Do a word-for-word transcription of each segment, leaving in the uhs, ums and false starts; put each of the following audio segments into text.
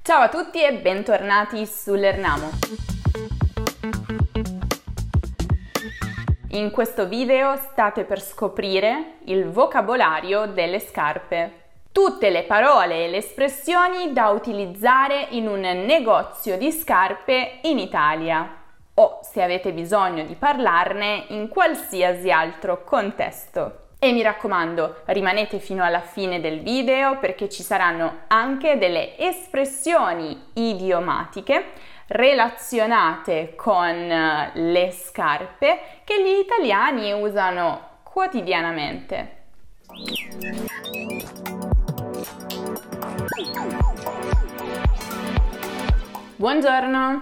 Ciao a tutti e bentornati su Lernamo. In questo video state per scoprire il vocabolario delle scarpe. Tutte le parole e le espressioni da utilizzare in un negozio di scarpe in Italia o se avete bisogno di parlarne in qualsiasi altro contesto. E mi raccomando, rimanete fino alla fine del video perché ci saranno anche delle espressioni idiomatiche relazionate con le scarpe che gli italiani usano quotidianamente. Buongiorno!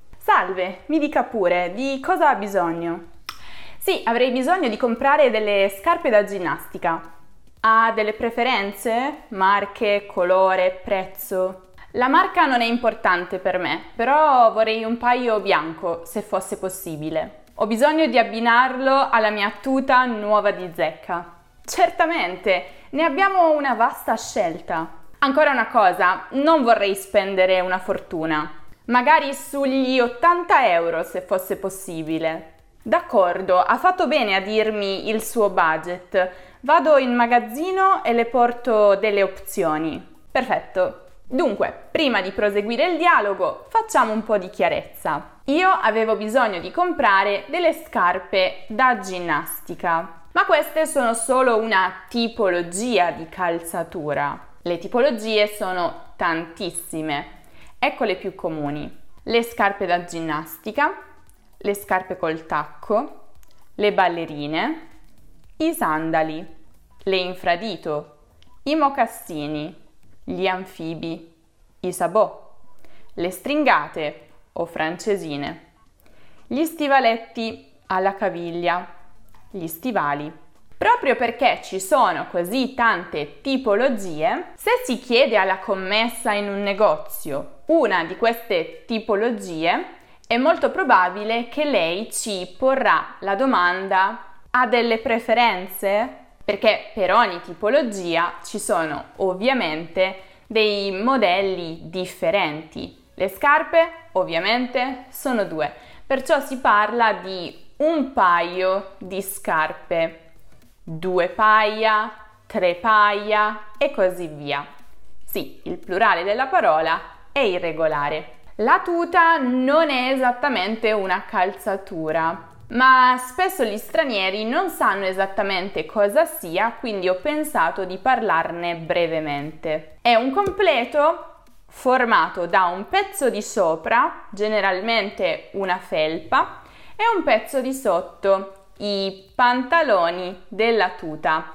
Salve, mi dica pure, di cosa ha bisogno? Sì, avrei bisogno di comprare delle scarpe da ginnastica. Ha delle preferenze? Marche, colore, prezzo? La marca non è importante per me, però vorrei un paio bianco, se fosse possibile. Ho bisogno di abbinarlo alla mia tuta nuova di zecca. Certamente, ne abbiamo una vasta scelta. Ancora una cosa, non vorrei spendere una fortuna. Magari sugli ottanta euro, se fosse possibile. D'accordo, ha fatto bene a dirmi il suo budget. Vado in magazzino e le porto delle opzioni. Perfetto. Dunque, prima di proseguire il dialogo, facciamo un po' di chiarezza. Io avevo bisogno di comprare delle scarpe da ginnastica, ma queste sono solo una tipologia di calzatura. Le tipologie sono tantissime. Ecco le più comuni. Le scarpe da ginnastica, le scarpe col tacco, le ballerine, i sandali, le infradito, i mocassini, gli anfibi, i sabot, le stringate o francesine, gli stivaletti alla caviglia, gli stivali. Proprio perché ci sono così tante tipologie, se si chiede alla commessa in un negozio una di queste tipologie, è molto probabile che lei ci porrà la domanda: ha delle preferenze? Perché per ogni tipologia ci sono ovviamente dei modelli differenti. Le scarpe ovviamente sono due, perciò si parla di un paio di scarpe, due paia, tre paia e così via. Sì, il plurale della parola è irregolare. La tuta non è esattamente una calzatura, ma spesso gli stranieri non sanno esattamente cosa sia, quindi ho pensato di parlarne brevemente. È un completo formato da un pezzo di sopra, generalmente una felpa, e un pezzo di sotto, i pantaloni della tuta,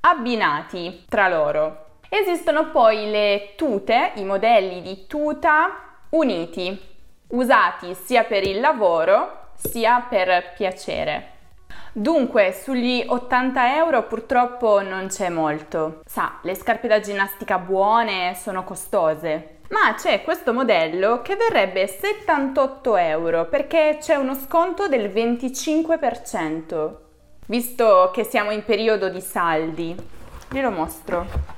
abbinati tra loro. Esistono poi le tute, i modelli di tuta uniti, usati sia per il lavoro sia per piacere. Dunque, sugli ottanta euro purtroppo non c'è molto. Sa, le scarpe da ginnastica buone sono costose, ma c'è questo modello che verrebbe settantotto euro perché c'è uno sconto del venticinque per cento. Visto che siamo in periodo di saldi, glielo mostro.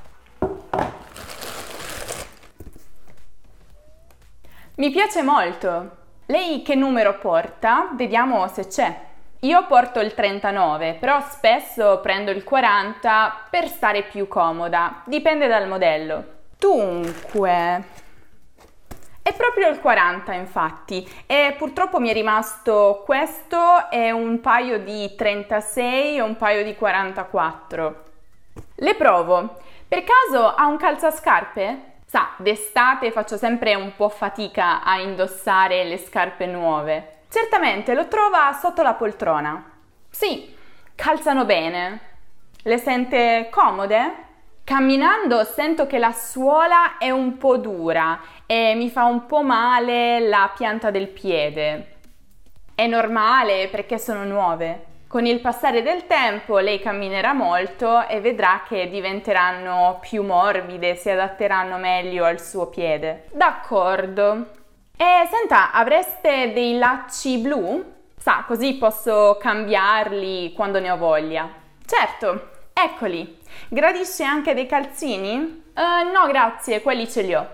Mi piace molto. Lei che numero porta? Vediamo se c'è. Io porto il trentanove, però spesso prendo il quaranta per stare più comoda. Dipende dal modello. Dunque, è proprio il quaranta infatti, e purtroppo mi è rimasto questo e un paio di trentasei e un paio di quarantaquattro. Le provo. Per caso ha un calzascarpe? Sa, d'estate faccio sempre un po' fatica a indossare le scarpe nuove. Certamente, lo trova sotto la poltrona. Sì, calzano bene. Le sente comode? Camminando sento che la suola è un po' dura e mi fa un po' male la pianta del piede. È normale perché sono nuove. Con il passare del tempo lei camminerà molto e vedrà che diventeranno più morbide, si adatteranno meglio al suo piede. D'accordo. E senta, avreste dei lacci blu? Sa, così posso cambiarli quando ne ho voglia. Certo, eccoli. Gradisce anche dei calzini? Uh, no, grazie, quelli ce li ho.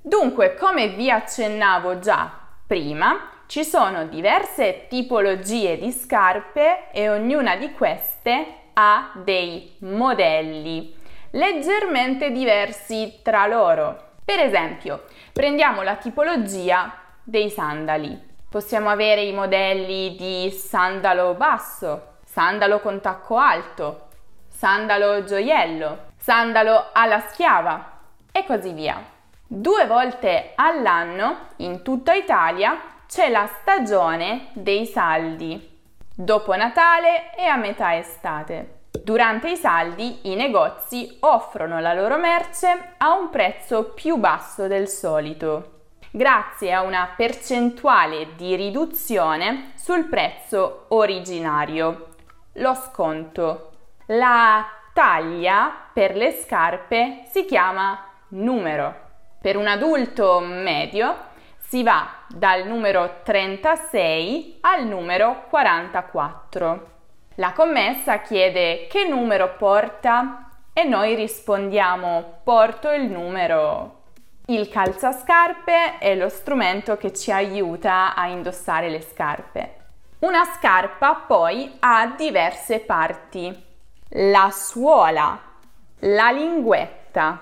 Dunque, come vi accennavo già prima, ci sono diverse tipologie di scarpe e ognuna di queste ha dei modelli leggermente diversi tra loro. Per esempio, prendiamo la tipologia dei sandali. Possiamo avere i modelli di sandalo basso, sandalo con tacco alto, sandalo gioiello, sandalo alla schiava e così via. Due volte all'anno in tutta Italia c'è la stagione dei saldi, dopo Natale e a metà estate. Durante i saldi i negozi offrono la loro merce a un prezzo più basso del solito, grazie a una percentuale di riduzione sul prezzo originario, lo sconto. La taglia per le scarpe si chiama numero. Per un adulto medio si va dal numero trentasei al numero quarantaquattro. La commessa chiede che numero porta e noi rispondiamo: porto il numero. Il calzascarpe è lo strumento che ci aiuta a indossare le scarpe. Una scarpa poi ha diverse parti: la suola, la linguetta,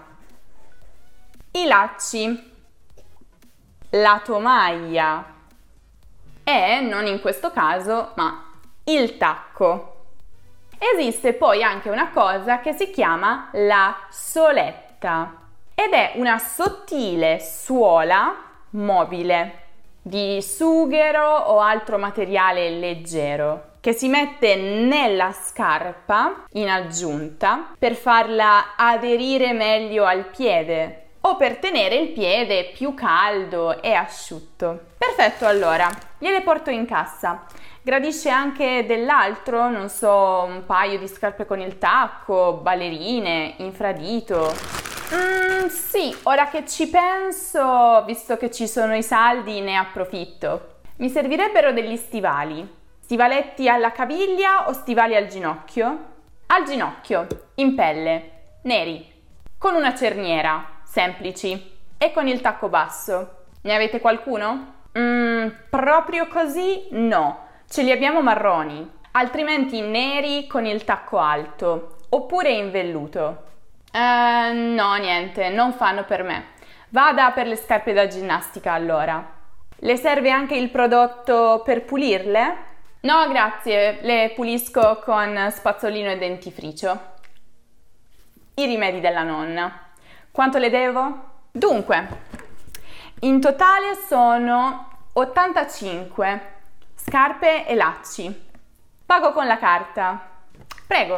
i lacci, la tomaia e, non in questo caso, ma il tacco. Esiste poi anche una cosa che si chiama la soletta ed è una sottile suola mobile di sughero o altro materiale leggero che si mette nella scarpa in aggiunta per farla aderire meglio al piede o per tenere il piede più caldo e asciutto. Perfetto, allora, gliele porto in cassa. Gradisce anche dell'altro, non so, un paio di scarpe con il tacco, ballerine, infradito. Mm, sì, ora che ci penso, visto che ci sono i saldi, ne approfitto. Mi servirebbero degli stivali. Stivaletti alla caviglia o stivali al ginocchio? Al ginocchio, in pelle, neri, con una cerniera. Semplici e con il tacco basso. Ne avete qualcuno? Mm, proprio così no, ce li abbiamo marroni, altrimenti neri con il tacco alto oppure in velluto. Uh, no, niente, non fanno per me. Vada per le scarpe da ginnastica allora. Le serve anche il prodotto per pulirle? No, grazie, le pulisco con spazzolino e dentifricio. I rimedi della nonna. Quanto le devo? Dunque, in totale sono ottantacinque scarpe e lacci. Pago con la carta. Prego.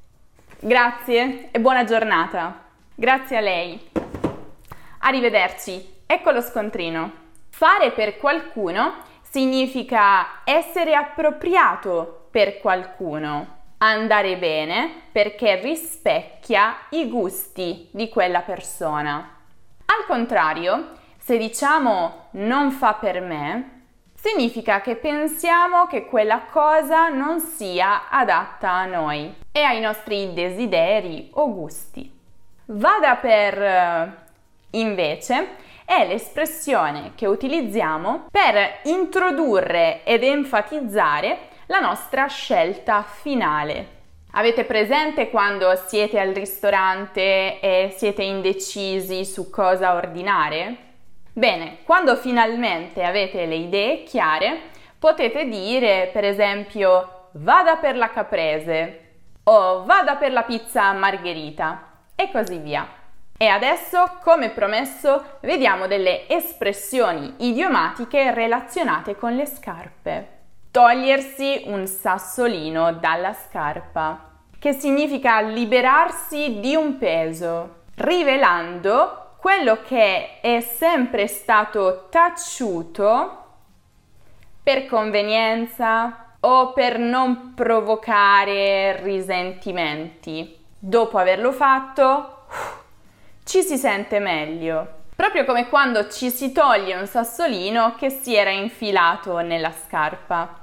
Grazie e buona giornata. Grazie a lei. Arrivederci. Ecco lo scontrino. Fare per qualcuno significa essere appropriato per qualcuno. Andare bene perché rispecchia i gusti di quella persona. Al contrario, se diciamo non fa per me, significa che pensiamo che quella cosa non sia adatta a noi e ai nostri desideri o gusti. Vada per invece è l'espressione che utilizziamo per introdurre ed enfatizzare la nostra scelta finale. Avete presente quando siete al ristorante e siete indecisi su cosa ordinare? Bene, quando finalmente avete le idee chiare, potete dire, per esempio, vada per la caprese o vada per la pizza margherita e così via. E adesso, come promesso, vediamo delle espressioni idiomatiche relazionate con le scarpe. Togliersi un sassolino dalla scarpa, che significa liberarsi di un peso, rivelando quello che è sempre stato taciuto per convenienza o per non provocare risentimenti. Dopo averlo fatto, ci si sente meglio. Proprio come quando ci si toglie un sassolino che si era infilato nella scarpa.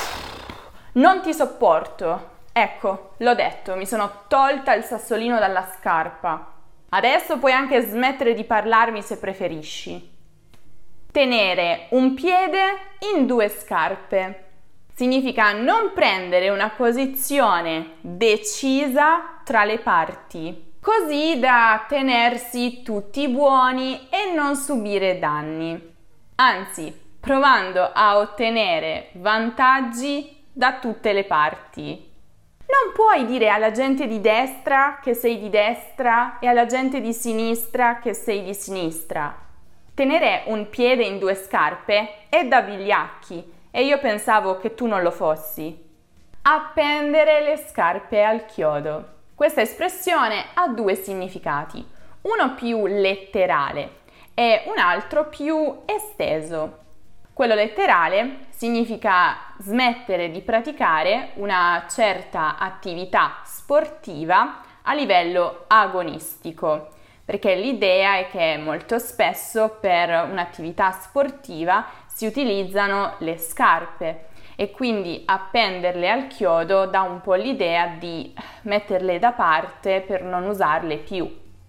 Non ti sopporto. Ecco, l'ho detto, mi sono tolta il sassolino dalla scarpa. Adesso puoi anche smettere di parlarmi se preferisci. Tenere un piede in due scarpe. Significa non prendere una posizione decisa tra le parti, così da tenersi tutti buoni e non subire danni, anzi, provando a ottenere vantaggi da tutte le parti. Non puoi dire alla gente di destra che sei di destra e alla gente di sinistra che sei di sinistra. Tenere un piede in due scarpe è da vigliacchi. E io pensavo che tu non lo fossi. Appendere le scarpe al chiodo. Questa espressione ha due significati, uno più letterale e un altro più esteso. Quello letterale significa smettere di praticare una certa attività sportiva a livello agonistico, perché l'idea è che molto spesso per un'attività sportiva si utilizzano le scarpe e quindi appenderle al chiodo dà un po' l'idea di metterle da parte per non usarle più.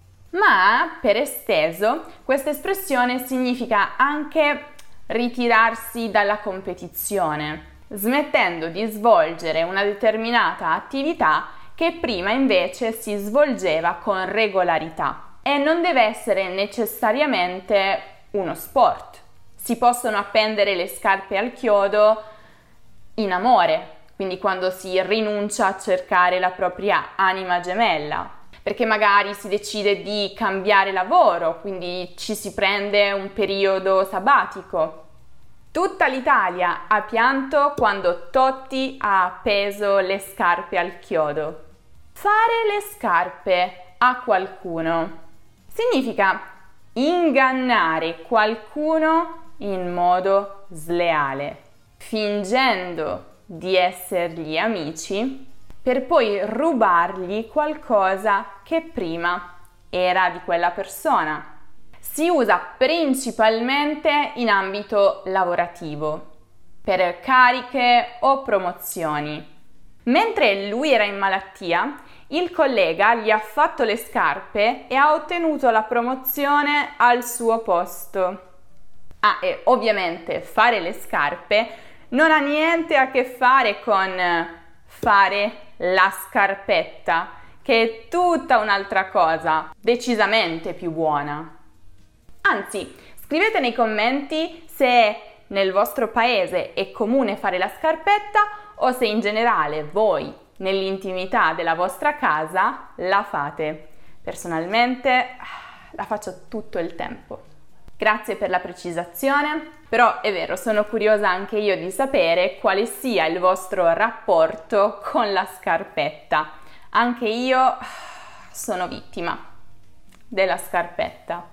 Ma per esteso questa espressione significa anche ritirarsi dalla competizione, smettendo di svolgere una determinata attività che prima invece si svolgeva con regolarità. E non deve essere necessariamente uno sport. Si possono appendere le scarpe al chiodo in amore, quindi quando si rinuncia a cercare la propria anima gemella, perché magari si decide di cambiare lavoro, quindi ci si prende un periodo sabbatico. Tutta l'Italia ha pianto quando Totti ha appeso le scarpe al chiodo. Fare le scarpe a qualcuno significa ingannare qualcuno in modo sleale, fingendo di essergli amici per poi rubargli qualcosa che prima era di quella persona. Si usa principalmente in ambito lavorativo, per cariche o promozioni. Mentre lui era in malattia, il collega gli ha fatto le scarpe e ha ottenuto la promozione al suo posto. Ah, e ovviamente fare le scarpe non ha niente a che fare con fare la scarpetta, che è tutta un'altra cosa, decisamente più buona. Anzi, scrivete nei commenti se nel vostro paese è comune fare la scarpetta o se in generale voi, nell'intimità della vostra casa, la fate. Personalmente la faccio tutto il tempo. Grazie per la precisazione, però è vero, sono curiosa anche io di sapere quale sia il vostro rapporto con la scarpetta. Anche io sono vittima della scarpetta.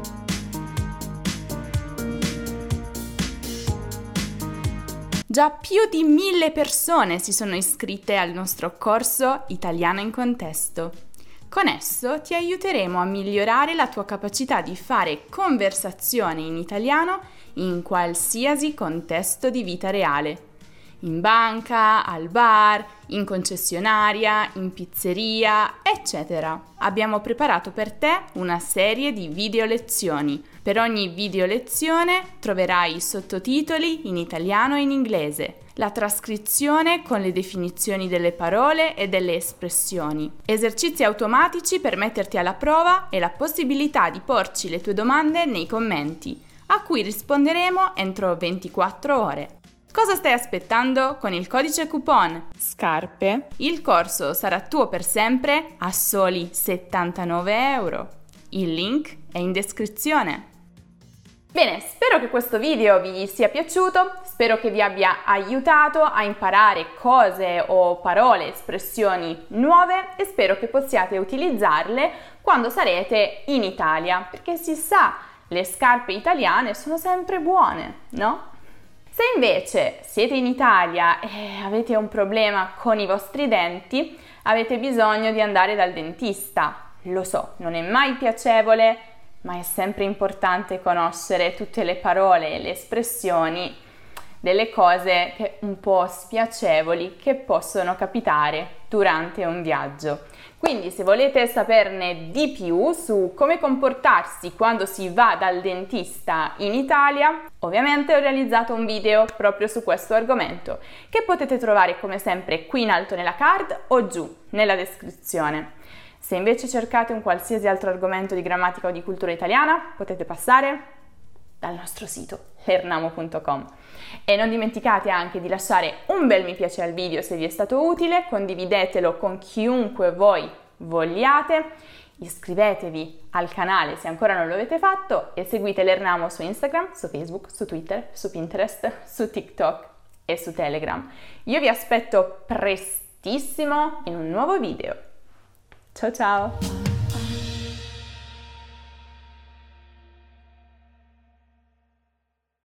Già più di mille persone si sono iscritte al nostro corso Italiano in contesto. Con esso ti aiuteremo a migliorare la tua capacità di fare conversazione in italiano in qualsiasi contesto di vita reale. In banca, al bar, in concessionaria, in pizzeria, eccetera. Abbiamo preparato per te una serie di video lezioni. Per ogni video lezione troverai sottotitoli in italiano e in inglese, la trascrizione con le definizioni delle parole e delle espressioni, esercizi automatici per metterti alla prova e la possibilità di porci le tue domande nei commenti, a cui risponderemo entro ventiquattro ore. Cosa stai aspettando? Con il codice coupon SCARPE il corso sarà tuo per sempre a soli settantanove euro. Il link è in descrizione. Bene, spero che questo video vi sia piaciuto, spero che vi abbia aiutato a imparare cose o parole, espressioni nuove e spero che possiate utilizzarle quando sarete in Italia, perché si sa, le scarpe italiane sono sempre buone, no? Se invece siete in Italia e avete un problema con i vostri denti, avete bisogno di andare dal dentista. Lo so, non è mai piacevole, ma è sempre importante conoscere tutte le parole e le espressioni delle cose che un po' spiacevoli che possono capitare durante un viaggio. Quindi se volete saperne di più su come comportarsi quando si va dal dentista in Italia, ovviamente ho realizzato un video proprio su questo argomento che potete trovare come sempre qui in alto nella card o giù nella descrizione. Se invece cercate un qualsiasi altro argomento di grammatica o di cultura italiana, potete passare dal nostro sito lernamo punto com. E non dimenticate anche di lasciare un bel mi piace al video se vi è stato utile, condividetelo con chiunque voi vogliate, iscrivetevi al canale se ancora non lo avete fatto e seguite Lernamo su Instagram, su Facebook, su Twitter, su Pinterest, su TikTok e su Telegram. Io vi aspetto prestissimo in un nuovo video. Ciao ciao!